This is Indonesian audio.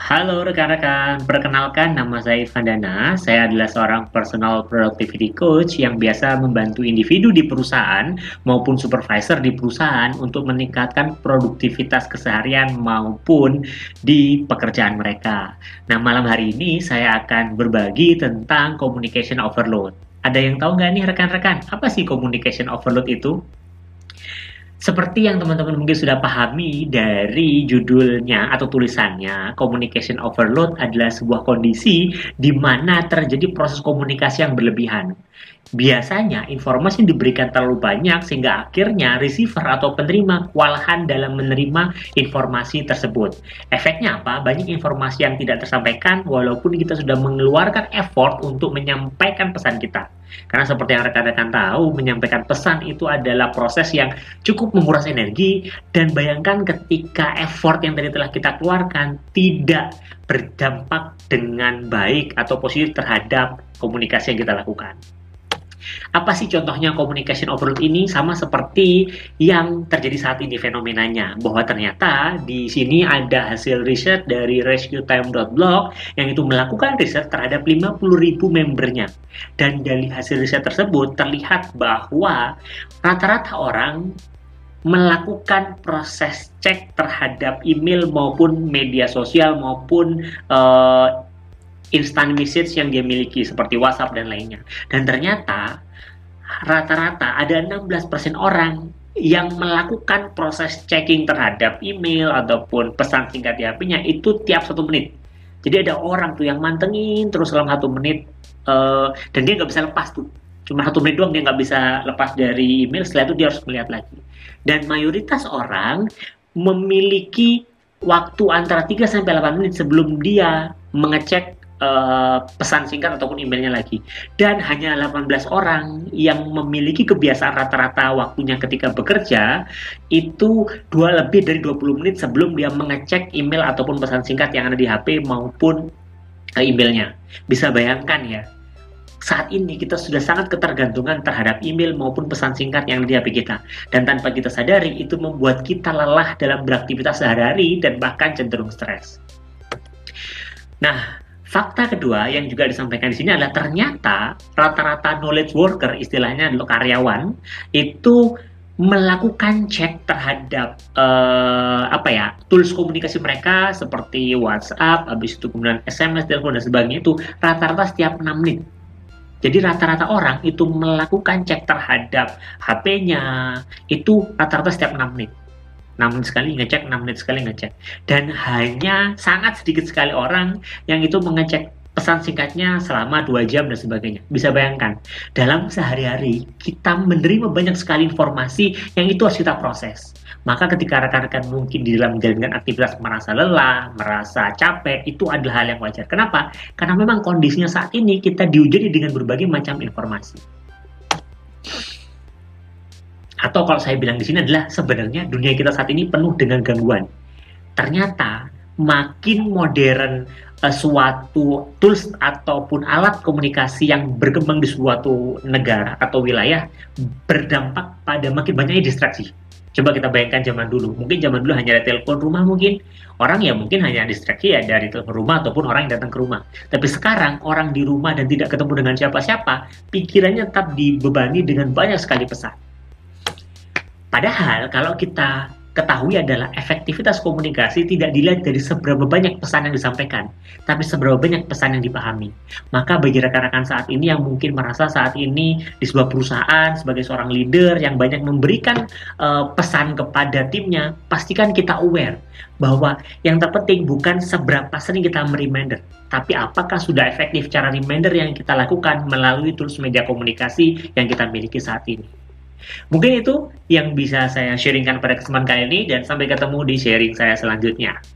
Halo rekan-rekan, perkenalkan nama saya Ivandana. Saya adalah seorang personal productivity coach yang biasa membantu individu di perusahaan maupun supervisor di perusahaan untuk meningkatkan produktivitas keseharian maupun di pekerjaan mereka. Nah, malam hari ini saya akan berbagi tentang communication overload. Ada yang tahu nggak nih rekan-rekan, apa sih communication overload itu? Seperti yang teman-teman mungkin sudah pahami dari judulnya atau tulisannya, communication overload adalah sebuah kondisi di mana terjadi proses komunikasi yang berlebihan. Biasanya informasi yang diberikan terlalu banyak sehingga akhirnya receiver atau penerima kewalahan dalam menerima informasi tersebut. Efeknya apa? Banyak informasi yang tidak tersampaikan walaupun kita sudah mengeluarkan effort untuk menyampaikan pesan kita. Karena seperti yang rekan-rekan tahu, menyampaikan pesan itu adalah proses yang cukup menguras energi, dan bayangkan ketika effort yang tadi telah kita keluarkan tidak berdampak dengan baik atau positif terhadap komunikasi yang kita lakukan. Apa sih contohnya communication overload ini? Sama seperti yang terjadi saat ini fenomenanya, bahwa ternyata di sini ada hasil riset dari rescuetime.blog yang itu melakukan riset terhadap 50.000 membernya. Dan dari hasil riset tersebut terlihat bahwa rata-rata orang melakukan proses cek terhadap email maupun media sosial maupun instant message yang dia miliki seperti WhatsApp dan lainnya. Dan ternyata rata-rata ada 16% orang yang melakukan proses checking terhadap email ataupun pesan singkat di HP-nya itu tiap 1 menit. Jadi ada orang tuh yang mantengin terus selama 1 menit, dan dia nggak bisa lepas tuh. Cuma 1 menit doang dia nggak bisa lepas dari email, setelah itu dia harus melihat lagi. Dan mayoritas orang memiliki waktu antara 3 sampai 8 menit sebelum dia mengecek pesan singkat ataupun emailnya lagi. Dan hanya 18 orang yang memiliki kebiasaan rata-rata waktunya ketika bekerja itu lebih dari 20 menit sebelum dia mengecek email ataupun pesan singkat yang ada di HP maupun emailnya. Bisa bayangkan ya, saat ini kita sudah sangat ketergantungan terhadap email maupun pesan singkat yang ada di HP kita. Dan tanpa kita sadari, itu membuat kita lelah dalam beraktivitas sehari-hari dan bahkan cenderung stres. Nah, fakta kedua yang juga disampaikan di sini adalah ternyata rata-rata knowledge worker, istilahnya adalah karyawan, itu melakukan cek terhadap tools komunikasi mereka seperti WhatsApp, habis itu kemudian SMS, telepon dan sebagainya itu rata-rata setiap 6 menit. Jadi rata-rata orang itu melakukan cek terhadap HP-nya itu rata-rata setiap 6 menit. 6 menit sekali ngecek, 6 menit sekali ngecek. Dan hanya sangat sedikit sekali orang yang itu mengecek pesan singkatnya selama 2 jam dan sebagainya. Bisa bayangkan, dalam sehari-hari kita menerima banyak sekali informasi yang itu harus kita proses. Maka ketika rekan-rekan mungkin di dalam menjalankan aktivitas merasa lelah, merasa capek, itu adalah hal yang wajar. Kenapa? Karena memang kondisinya saat ini kita diuji dengan berbagai macam informasi. Atau kalau saya bilang di sini adalah sebenarnya dunia kita saat ini penuh dengan gangguan. Ternyata makin modern suatu tools ataupun alat komunikasi yang berkembang di suatu negara atau wilayah berdampak pada makin banyaknya distraksi. Coba kita bayangkan zaman dulu. Mungkin zaman dulu hanya ada telepon rumah mungkin. Orang ya mungkin hanya distraksi ya dari telepon rumah ataupun orang yang datang ke rumah. Tapi sekarang orang di rumah dan tidak ketemu dengan siapa-siapa, pikirannya tetap dibebani dengan banyak sekali pesan. Padahal kalau kita ketahui adalah efektivitas komunikasi tidak dilihat dari seberapa banyak pesan yang disampaikan, tapi seberapa banyak pesan yang dipahami. Maka bagi rekan-rekan saat ini yang mungkin merasa saat ini di sebuah perusahaan sebagai seorang leader yang banyak memberikan pesan kepada timnya, pastikan kita aware bahwa yang terpenting bukan seberapa sering kita reminder, tapi apakah sudah efektif cara reminder yang kita lakukan melalui tools media komunikasi yang kita miliki saat ini. Mungkin itu yang bisa saya sharingkan pada kesempatan kali ini, dan sampai ketemu di sharing saya selanjutnya.